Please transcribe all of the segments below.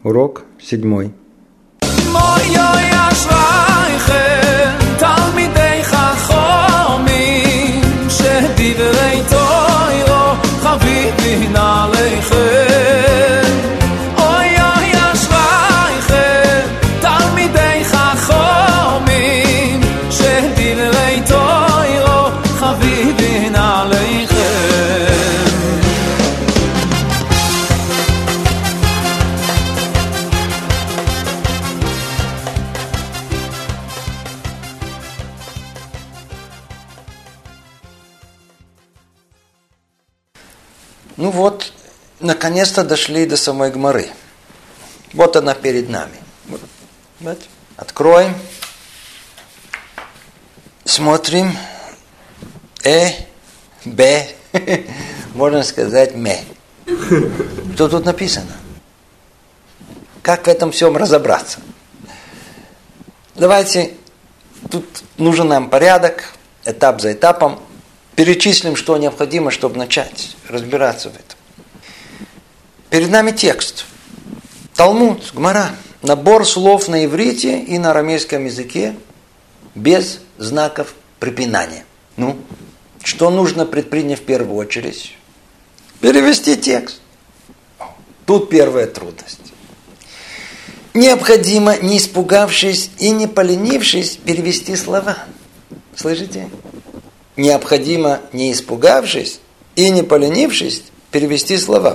Урок 7. Ну вот, наконец-то дошли до самой Гмары. Вот она перед нами. Вот. Откроем. Смотрим. Б. Можно сказать ме. Что тут написано? Как в этом всем разобраться? Давайте, тут нужен нам порядок, этап за этапом. Перечислим, что необходимо, чтобы начать разбираться в этом. Перед нами текст. Талмуд, Гмара. Набор слов на иврите и на арамейском языке без знаков препинания. Ну, что нужно предпринять в первую очередь? Перевести текст. Тут первая трудность. Необходимо, не испугавшись и не поленившись, перевести слова. Слышите? Необходимо, не испугавшись и не поленившись, перевести слова.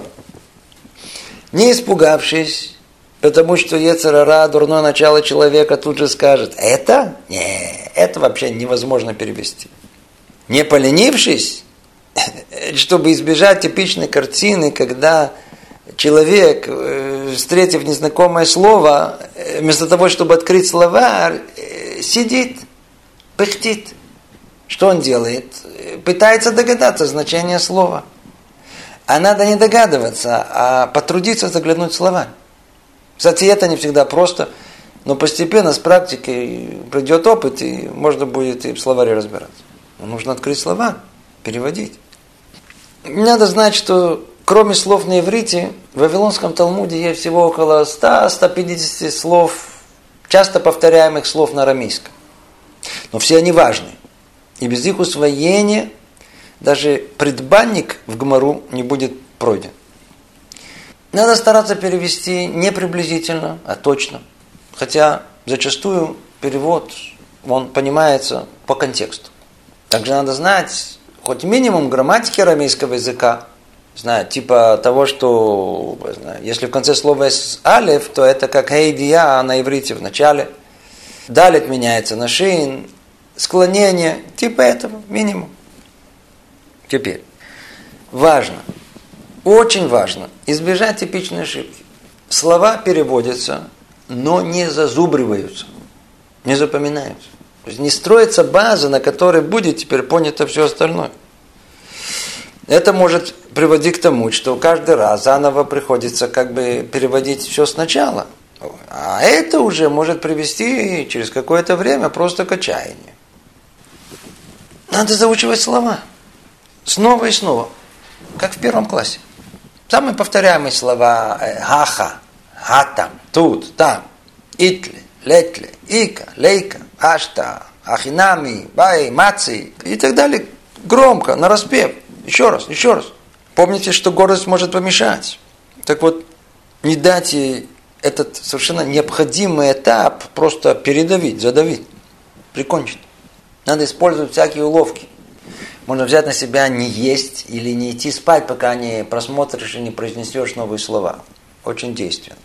Не испугавшись, потому что йецер ара, дурное начало человека, тут же скажет, это? Не, это вообще невозможно перевести. Не поленившись, чтобы избежать типичной картины, когда человек, встретив незнакомое слово, вместо того, чтобы открыть слова, сидит, пыхтит. Что он делает? Пытается догадаться значение слова. А надо не догадываться, а потрудиться заглянуть в слова. Кстати, это не всегда просто, но постепенно с практикой придет опыт, и можно будет и в словаре разбираться. Но нужно открыть слова, переводить. Надо знать, что кроме слов на иврите, в Вавилонском Талмуде есть всего около 100-150 слов, часто повторяемых слов на арамейском. Но все они важны. И без их усвоения даже предбанник в Гмару не будет пройден. Надо стараться перевести не приблизительно, а точно. Хотя зачастую перевод, он понимается по контексту. Также надо знать хоть минимум грамматики арамейского языка. Знаю, типа того, что если в конце слова есть алеф, то это как хейдия на иврите в начале. Далит меняется на шин. Склонение, типа этого, минимум. Теперь, важно, очень важно избежать типичной ошибки. Слова переводятся, но не зазубриваются, не запоминаются. То есть не строится база, на которой будет теперь понято все остальное. Это может приводить к тому, что каждый раз заново приходится как бы переводить все сначала. А это уже может привести через какое-то время просто к отчаянию. Надо заучивать слова. Снова и снова. Как в первом классе. Самые повторяемые слова хаха, хатам, тут, там, итли, летли, ика, лейка, ашта, ахинами, бай, маци и так далее. Громко, нараспев. Еще раз, еще раз. Помните, что гордость может помешать. Так вот, не дайте этот совершенно необходимый этап просто передавить, задавить, прикончить. Надо использовать всякие уловки. Можно взять на себя не есть или не идти спать, пока не просмотришь и не произнесешь новые слова. Очень действенно.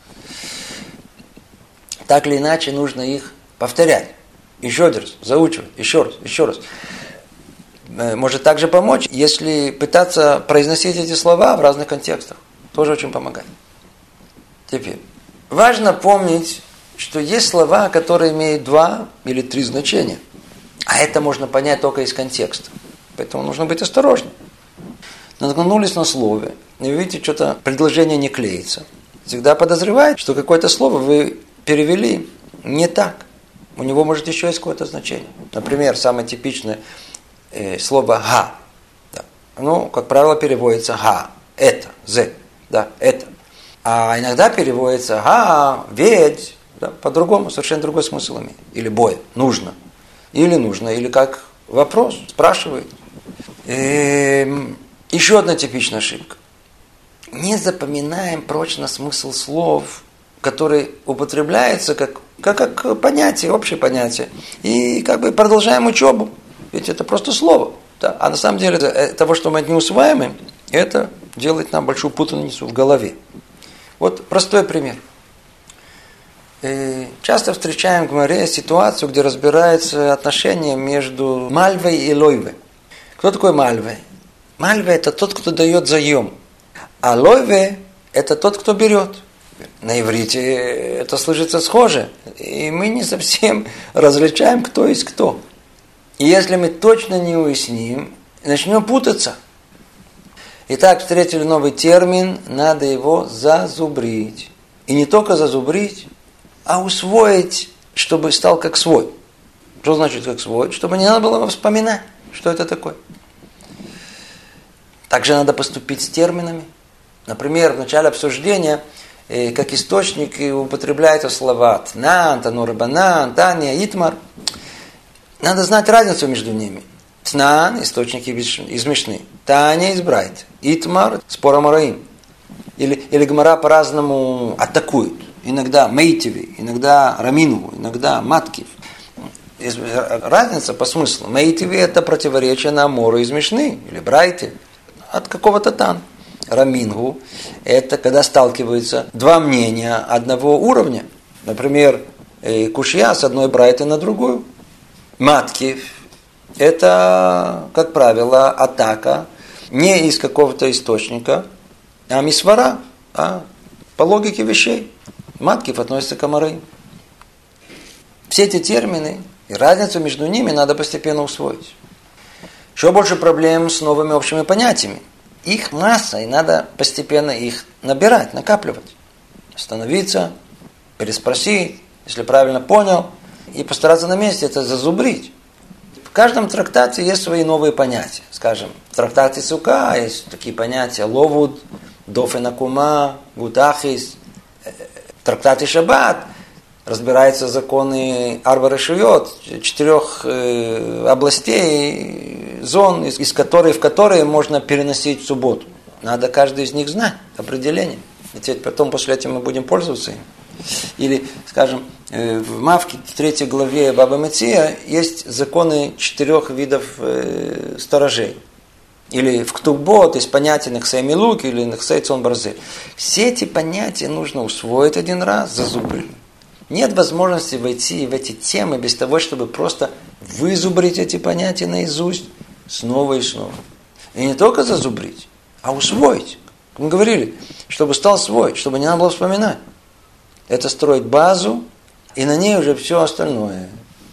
Так или иначе, нужно их повторять. Еще раз, заучивать, еще раз. Может также помочь, если пытаться произносить эти слова в разных контекстах. Тоже очень помогает. Теперь, важно помнить, что есть слова, которые имеют 2 или 3 значения. А это можно понять только из контекста. Поэтому нужно быть осторожным. Наткнулись на слове, и видите, что-то предложение не клеится. Всегда подозревает, что какое-то слово вы перевели не так. У него может еще есть какое-то значение. Например, самое типичное слово «га». Да. Ну, как правило, переводится «га». Это, «зе». Да, это. А иногда переводится «ага, ведь», да, по-другому, совершенно другой смысл имеет. Или «бой», «нужно». Или «нужно», или как вопрос, спрашивает. Еще одна типичная ошибка. Не запоминаем прочно смысл слов, которые употребляются как понятие, общее понятие. И как бы продолжаем учебу. Ведь это просто слово. Да? А на самом деле того, что мы не усваиваем, это делает нам большую путаницу в голове. Вот простой пример. Часто встречаем в Гемаре ситуацию, где разбираются отношения между Мальвой и Лойвой. Кто такой Мальве? Мальве – это тот, кто дает заем. А Лойве – это тот, кто берет. На иврите это слышится схоже. И мы не совсем различаем, кто есть кто. И если мы точно не уясним, начнем путаться. Итак, встретили новый термин, надо его зазубрить. И не только зазубрить, а усвоить, чтобы стал как свой. Что значит как свой? Чтобы не надо было вспоминать, что это такое. Также надо поступить с терминами. Например, в начале обсуждения, как источник употребляются слова «тнан», «танур банан», «таня», «итмар». Надо знать разницу между ними. «Тнан» – источники из Мишны, «таня» – из Брайт, «итмар» – спор Амараим. Или Гемара по-разному атакует. Иногда Мейтиви, иногда Рамину, иногда Маткив. Разница по смыслу. Мейтиви – это противоречие на Амору из Мишны, или Брайте, от какого-то Тан. Рамингу – это когда сталкиваются два мнения одного уровня. Например, кушья с одной Брайты на другую. Маткив – это, как правило, атака не из какого-то источника, а мисвара, по логике вещей. Маткив относится к Амараим. Все эти термины и разницу между ними надо постепенно усвоить. Еще больше проблем с новыми общими понятиями. Их масса, и надо постепенно их набирать, накапливать. Остановиться, переспросить, если правильно понял, и постараться на месте это зазубрить. В каждом трактате есть свои новые понятия. Скажем, в трактате Сука есть такие понятия ловуд, дофенакума, гутахис. В трактате Шаббат разбираются законы Арба Решиот, 4 областей, зон, в которые можно переносить в субботу. Надо каждый из них знать, определение. Ведь потом после этого мы будем пользоваться им. Или, скажем, в Мавке, в 3 главе Баба Меция, есть законы 4 видов сторожей. Или в Ктубот есть понятие Нехсей Милук или Нехсей Цон Барзель. Все эти понятия нужно усвоить один раз, зазубрить. Нет возможности войти в эти темы без того, чтобы просто вызубрить эти понятия наизусть снова и снова. И не только зазубрить, а усвоить. Как мы говорили, чтобы стал свой, чтобы не надо было вспоминать. Это строить базу, и на ней уже все остальное.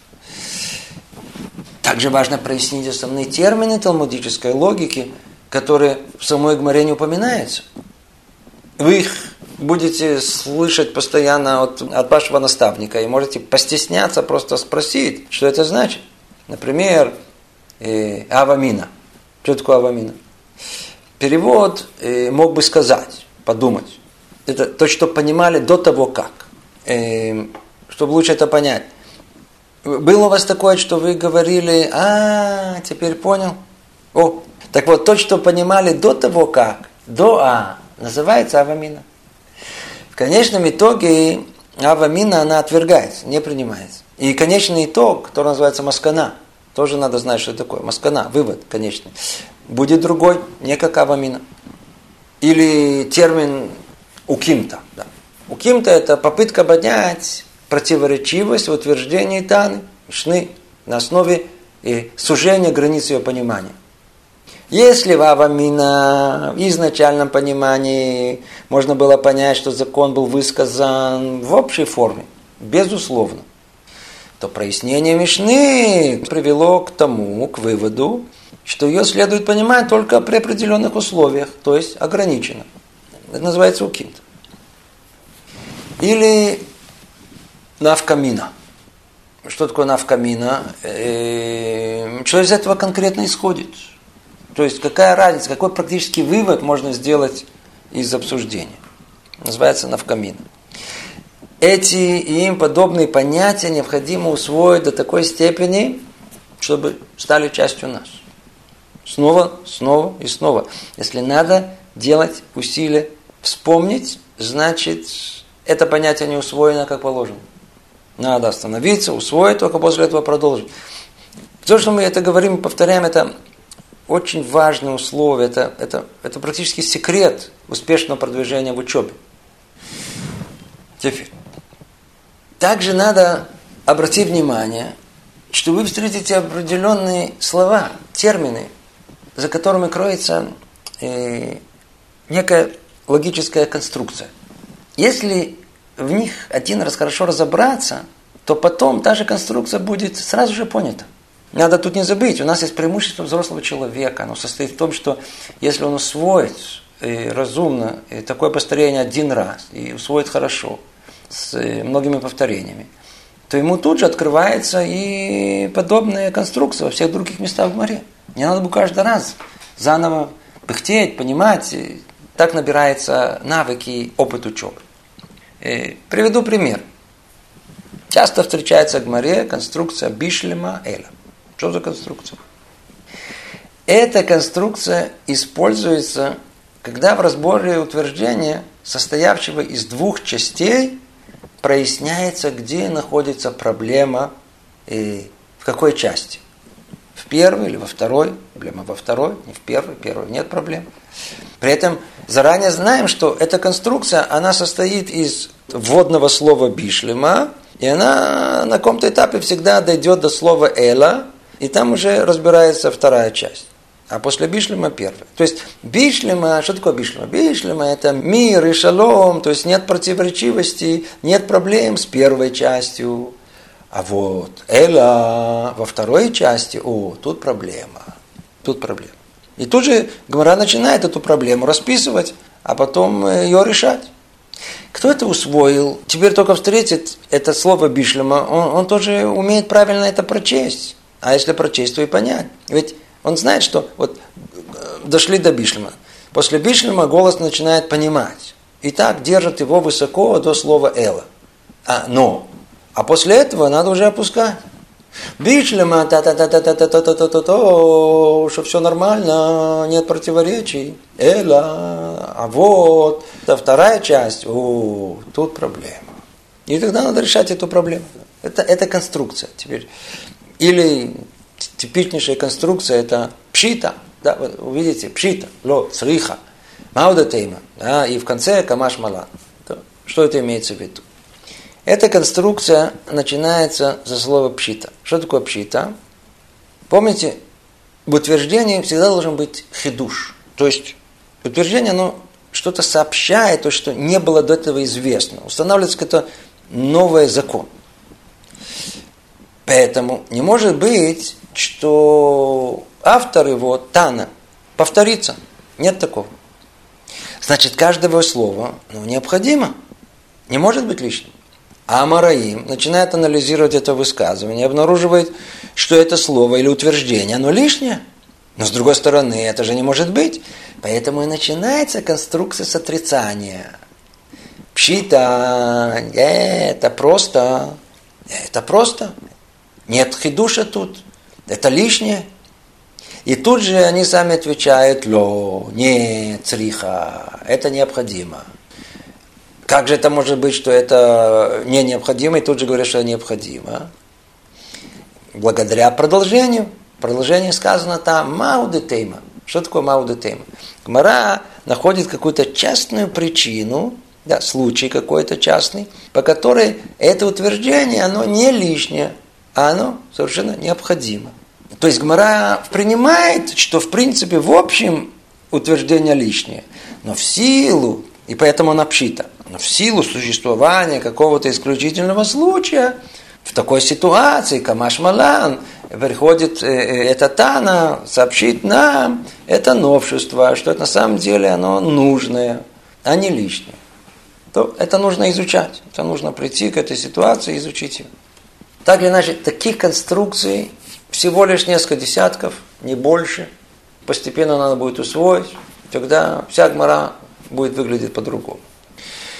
Также важно прояснить основные термины талмудической логики, которые в самой Гемаре не упоминаются. Вы их будете слышать постоянно от вашего наставника и можете постесняться просто спросить, что это значит. Например, авамина. Что такое авамина? Перевод мог бы сказать, подумать. Это то, что понимали до того как. Чтобы лучше это понять. Было у вас такое, что вы говорили, теперь понял? Так вот, то, что понимали до того как, называется авамина. В конечном итоге авамина, она отвергается, не принимается. И конечный итог, который называется маскана, тоже надо знать, что это такое. Маскана, вывод конечный. Будет другой, не как авамина. Или термин укимта. Да. Укимта – это попытка поднять противоречивость в утверждении Таны, Мишны, на основе сужения границ ее понимания. Если в авамина в изначальном понимании можно было понять, что закон был высказан в общей форме, безусловно, то прояснение Мишны привело к выводу, что ее следует понимать только при определенных условиях, то есть ограниченно. Это называется укимта. Или навкамина. Что такое навкамина? Что из этого конкретно исходит? То есть какая разница, какой практический вывод можно сделать из обсуждения? называется навкамин. Эти и им подобные понятия необходимо усвоить до такой степени, чтобы стали частью нас. Снова, снова и снова. Если надо делать усилия, вспомнить, значит, это понятие не усвоено как положено. Надо остановиться, усвоить, только после этого продолжить. То, что мы это говорим и повторяем, это очень важное условие, это практически секрет успешного продвижения в учебе. Теперь. Также надо обратить внимание, что вы встретите определенные слова, термины, за которыми кроется некая логическая конструкция. Если в них один раз хорошо разобраться, то потом та же конструкция будет сразу же понята. Надо тут не забыть, у нас есть преимущество взрослого человека. Оно состоит в том, что если он усвоит разумно такое построение один раз и усвоит хорошо, с многими повторениями, то ему тут же открывается и подобная конструкция во всех других местах в море. Не надо бы каждый раз заново пыхтеть, понимать. Так набирается навыки и опыт учебы. Приведу пример. Часто встречается в море конструкция бишлема эла. Что за конструкция? Эта конструкция используется, когда в разборе утверждения, состоявшего из двух частей, проясняется, где находится проблема и в какой части. В первой или во второй. Проблема во второй, не в первой. В первой нет проблем. При этом заранее знаем, что эта конструкция, она состоит из вводного слова бишлема, и она на каком-то этапе всегда дойдет до слова эла, и там уже разбирается вторая часть. А после бишлема первая. То есть бишлема, что такое бишлема? Бишлема это мир и шалом, то есть нет противоречивости, нет проблем с первой частью. А вот эла во второй части, тут проблема. Тут проблема. И тут же Гемара начинает эту проблему расписывать, а потом ее решать. Кто это усвоил, теперь только встретит это слово бишлема, он тоже умеет правильно это прочесть. А если прочесть, то и понять. Ведь он знает, что вот дошли до бишлема. После бишлема голос начинает понимать. И так держит его высоко до слова эла. А после этого надо уже опускать. Бишлема, что все нормально, нет противоречий. Эла, а вот, это вторая часть, тут проблема. И тогда надо решать эту проблему. Это конструкция теперь. Или типичнейшая конструкция это пшита. Да, вы видите, пшита, цриха, маудатейма. Да, и в конце камаш малан. Что это имеется в виду? Эта конструкция начинается со слова пшита. Что такое пшита? Помните, в утверждении всегда должен быть хидуш. То есть утверждение, оно что-то сообщает, то, что не было до этого известно. Устанавливается какой-то новый закон. Поэтому не может быть, что автор его, Тана, повторится. Нет такого. Значит, каждое слово необходимо. Не может быть лишним. А Амараим начинает анализировать это высказывание, обнаруживает, что это слово или утверждение, оно лишнее. Но с другой стороны, это же не может быть. Поэтому и начинается конструкция с отрицания. Пшита, это просто. Нет хидуша тут. Это лишнее. И тут же они сами отвечают, нет, цриха, это необходимо. Как же это может быть, что это не необходимо, и тут же говорят, что это необходимо? Благодаря продолжению. Продолжение сказано там маудетейма. Что такое маудетейма? Гемара находит какую-то частную причину, случай какой-то частный, по которой это утверждение, оно не лишнее, а оно совершенно необходимо. То есть Гемара принимает, что в принципе в общем утверждение лишнее, но в силу, и поэтому она пшита, но в силу существования какого-то исключительного случая, в такой ситуации, камаш малан, приходит эта Тана, сообщит нам это новшество, что это на самом деле оно нужное, а не лишнее. То это нужно изучать, это нужно прийти к этой ситуации и изучить ее. Так или иначе, таких конструкций всего лишь несколько десятков, не больше. Постепенно надо будет усвоить, тогда вся гемара будет выглядеть по-другому.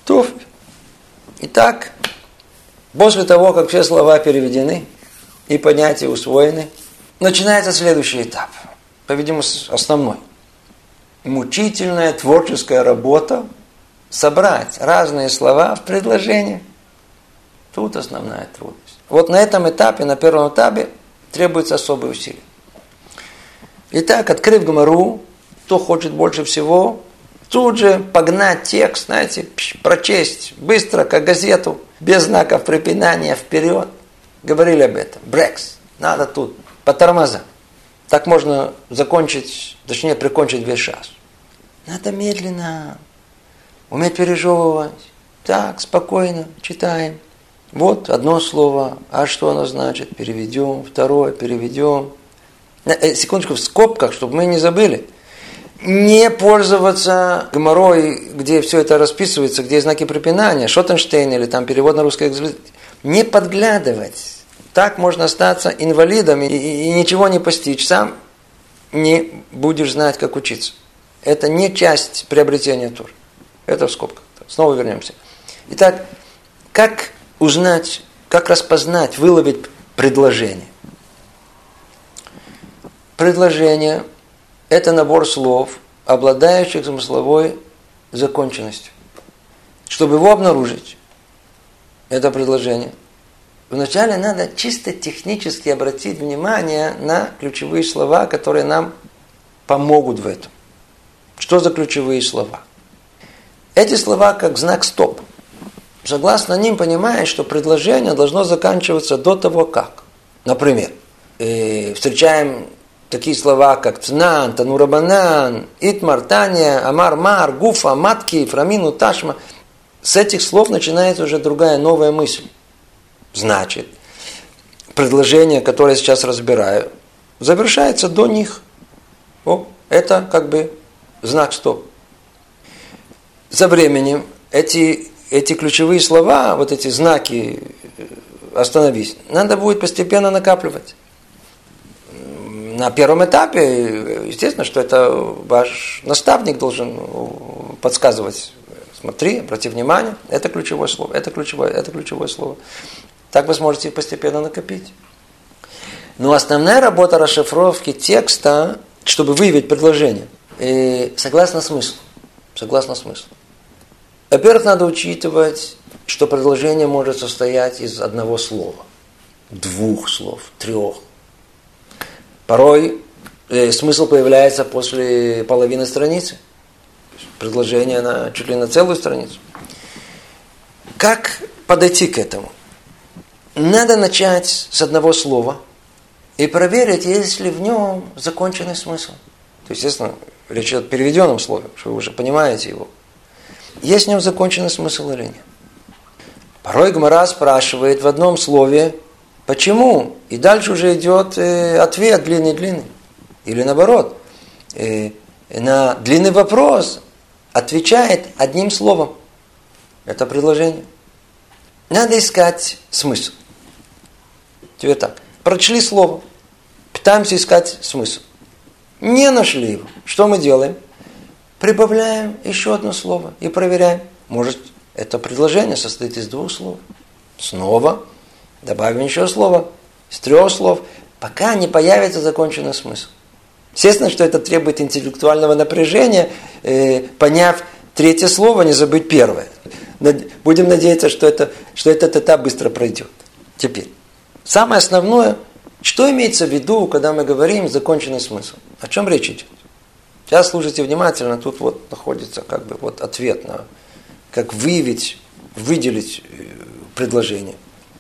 То. Итак, после того, как все слова переведены и понятия усвоены, начинается следующий этап. По-видимому, основной. Мучительная творческая работа собрать разные слова в предложение. Тут основная трудность. Вот на этом этапе, на первом этапе, требуется особые усилия. Итак, открыв Гемару, кто хочет больше всего, тут же погнать текст, знаете, прочесть быстро, как газету, без знаков препинания, вперед. Говорили об этом. Брекс. Надо тут по тормозам. Так можно закончить, точнее, прикончить весь шас. Надо медленно, уметь пережевывать. Так, спокойно, читаем. Вот одно слово, а что оно значит? Переведем, второе, переведем. Секундочку, в скобках, чтобы мы не забыли. Не пользоваться геморрой, где все это расписывается, где знаки препинания, Шотенштейн или там перевод на русский язык. Не подглядывать. Так можно остаться инвалидом и ничего не постичь. Сам не будешь знать, как учиться. Это не часть приобретения Торы. Это в скобках. Снова вернемся. Итак, как узнать, как распознать, выловить предложение? Предложение – это набор слов, обладающих смысловой законченностью. Чтобы его обнаружить, это предложение, вначале надо чисто технически обратить внимание на ключевые слова, которые нам помогут в этом. Что за ключевые слова? Эти слова как знак «стоп». Согласно ним понимаешь, что предложение должно заканчиваться до того, как. Например, встречаем такие слова, как «цнан», «танурабанан», «итмар», «таня», «амар», «мар», «гуфа», «матки», «фрамину», «ташма». С этих слов начинается уже другая новая мысль. Значит, предложение, которое я сейчас разбираю, завершается до них. Это как бы знак «стоп». Со временем эти ключевые слова, вот эти знаки «остановись», надо будет постепенно накапливать. На первом этапе, естественно, что это ваш наставник должен подсказывать. Смотри, обрати внимание, это ключевое слово, это ключевое слово. Так вы сможете постепенно накопить. Но основная работа расшифровки текста, чтобы выявить предложение, согласно смыслу. Во-первых, надо учитывать, что предложение может состоять из одного слова, двух слов, трех. Порой смысл появляется после половины страницы. Предложение чуть ли на целую страницу. Как подойти к этому? Надо начать с одного слова и проверить, есть ли в нем законченный смысл. То есть, естественно, речь идет о переведенном слове, что вы уже понимаете его. Есть в нем законченный смысл или нет? Порой Гемара спрашивает в одном слове «почему?» И дальше уже идет ответ длинный-длинный. Или наоборот, на длинный вопрос отвечает одним словом. Это предложение. Надо искать смысл. Тебе так. Прочли слово. Пытаемся искать смысл. Не нашли его. Что мы делаем? Прибавляем еще одно слово и проверяем. Может, это предложение состоит из двух слов. Снова добавим еще слово. Из трех слов. Пока не появится законченный смысл. Естественно, что это требует интеллектуального напряжения, поняв третье слово, не забыть первое. Будем надеяться, что этот этап быстро пройдет. Теперь, самое основное, что имеется в виду, когда мы говорим законченный смысл? О чем речь идет? Сейчас слушайте внимательно, тут вот находится как бы вот ответ на, как выявить, выделить предложение.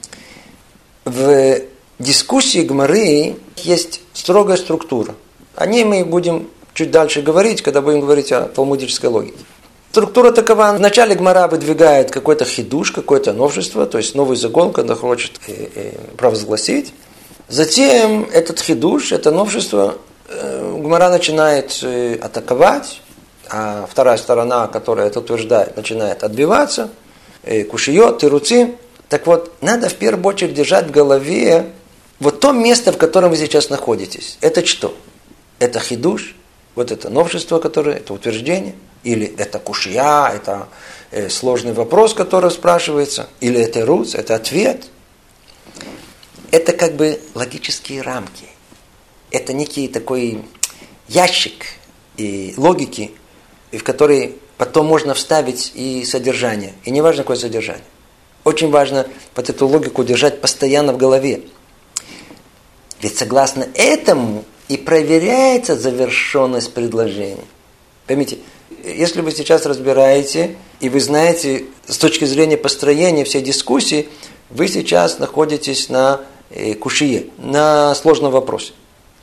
В дискуссии Гемары есть строгая структура. О ней мы будем чуть дальше говорить, когда будем говорить о талмудической логике. Структура такова. Вначале Гемара выдвигает какой-то хидуш, какое-то новшество, то есть новый закон, когда хочет провозгласить. Затем этот хидуш, это новшество, Гемара начинает атаковать, а вторая сторона, которая это утверждает, начинает отбиваться, кушиот, тируцим. Так вот, надо в первую очередь держать в голове вот то место, в котором вы сейчас находитесь. Это что? Это хидуш, вот это новшество, которое, это утверждение. или это кушья, это сложный вопрос, который спрашивается, или это руц, это ответ. Это как бы логические рамки. Это некий такой ящик и логики, в который потом можно вставить и содержание. И не важно, какое содержание. Очень важно вот эту логику держать постоянно в голове. Ведь согласно этому и проверяется завершенность предложения. Поймите, если вы сейчас разбираете, и вы знаете, с точки зрения построения всей дискуссии, вы сейчас находитесь на кушие, на сложном вопросе.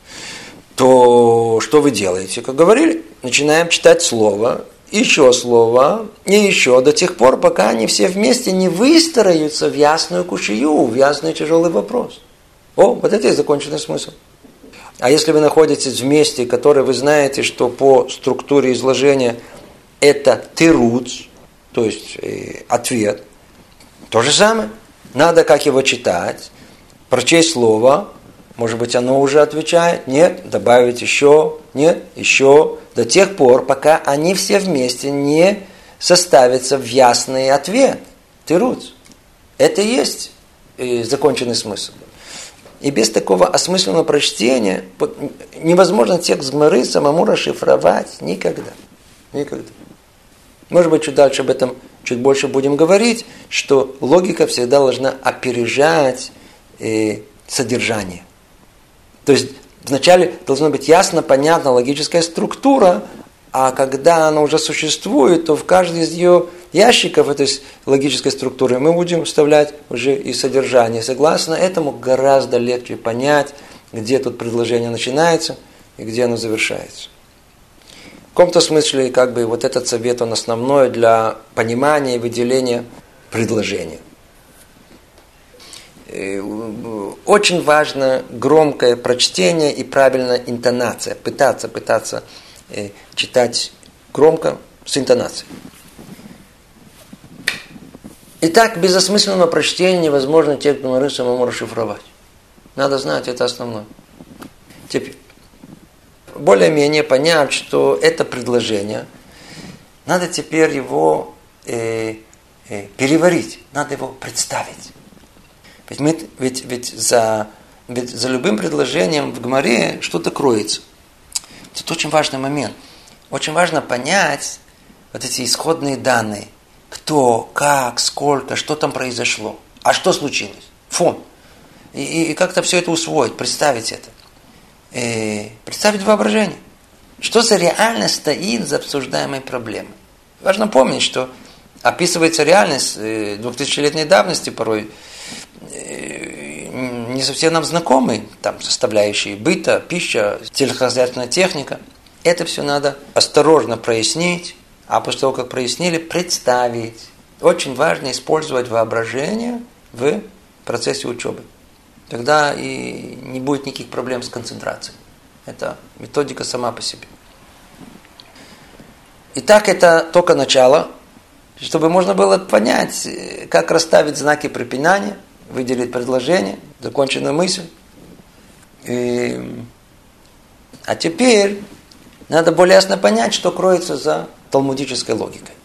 То что вы делаете? Как говорили, начинаем читать слово, и еще до тех пор, пока они все вместе не выстроятся в ясную кушию, в ясный тяжелый вопрос. Вот это и законченный смысл. А если вы находитесь в месте, которое вы знаете, что по структуре изложения это тируц, то есть ответ, то же самое. Надо как его читать, прочесть слово, может быть, оно уже отвечает, нет, добавить еще, нет, еще, до тех пор, пока они все вместе не составятся в ясный ответ. Тируц. Это и есть законченный смысл. И без такого осмысленного прочтения невозможно текст Гмары самому расшифровать никогда. Никогда. Может быть, чуть дальше об этом чуть больше будем говорить, что логика всегда должна опережать содержание. То есть вначале должна быть ясно, понятна логическая структура, а когда она уже существует, то в каждый из ее ящиков этой логической структуры мы будем вставлять уже и содержание. Согласно этому гораздо легче понять, где тут предложение начинается и где оно завершается. В каком-то смысле как бы вот этот совет, он основной для понимания и выделения предложения. Очень важно громкое прочтение и правильная интонация. Пытаться читать громко с интонацией. Итак, без осмысленного прочтения невозможно текст Гмары самому расшифровать. Надо знать, это основное. Теперь, более-менее понять, что это предложение, надо теперь его переварить, надо его представить. Ведь за любым предложением в Гмаре что-то кроется. Это очень важный момент. Очень важно понять вот эти исходные данные. Кто, как, сколько, что там произошло. А что случилось? Фон. И как-то все это усвоить, представить это. Представить воображение. Что за реальность стоит за обсуждаемой проблемой. Важно помнить, что описывается реальность 2000-летней давности порой не совсем нам знакомы, там составляющие быта, пища, сельскохозяйственная техника. Это все надо осторожно прояснить, а после того, как прояснили, представить. Очень важно использовать воображение в процессе учебы. Тогда и не будет никаких проблем с концентрацией. Это методика сама по себе. Итак, это только начало, чтобы можно было понять, как расставить знаки препинания, выделить предложение, законченную мысль. А теперь надо более ясно понять, что кроется за талмудической логикой.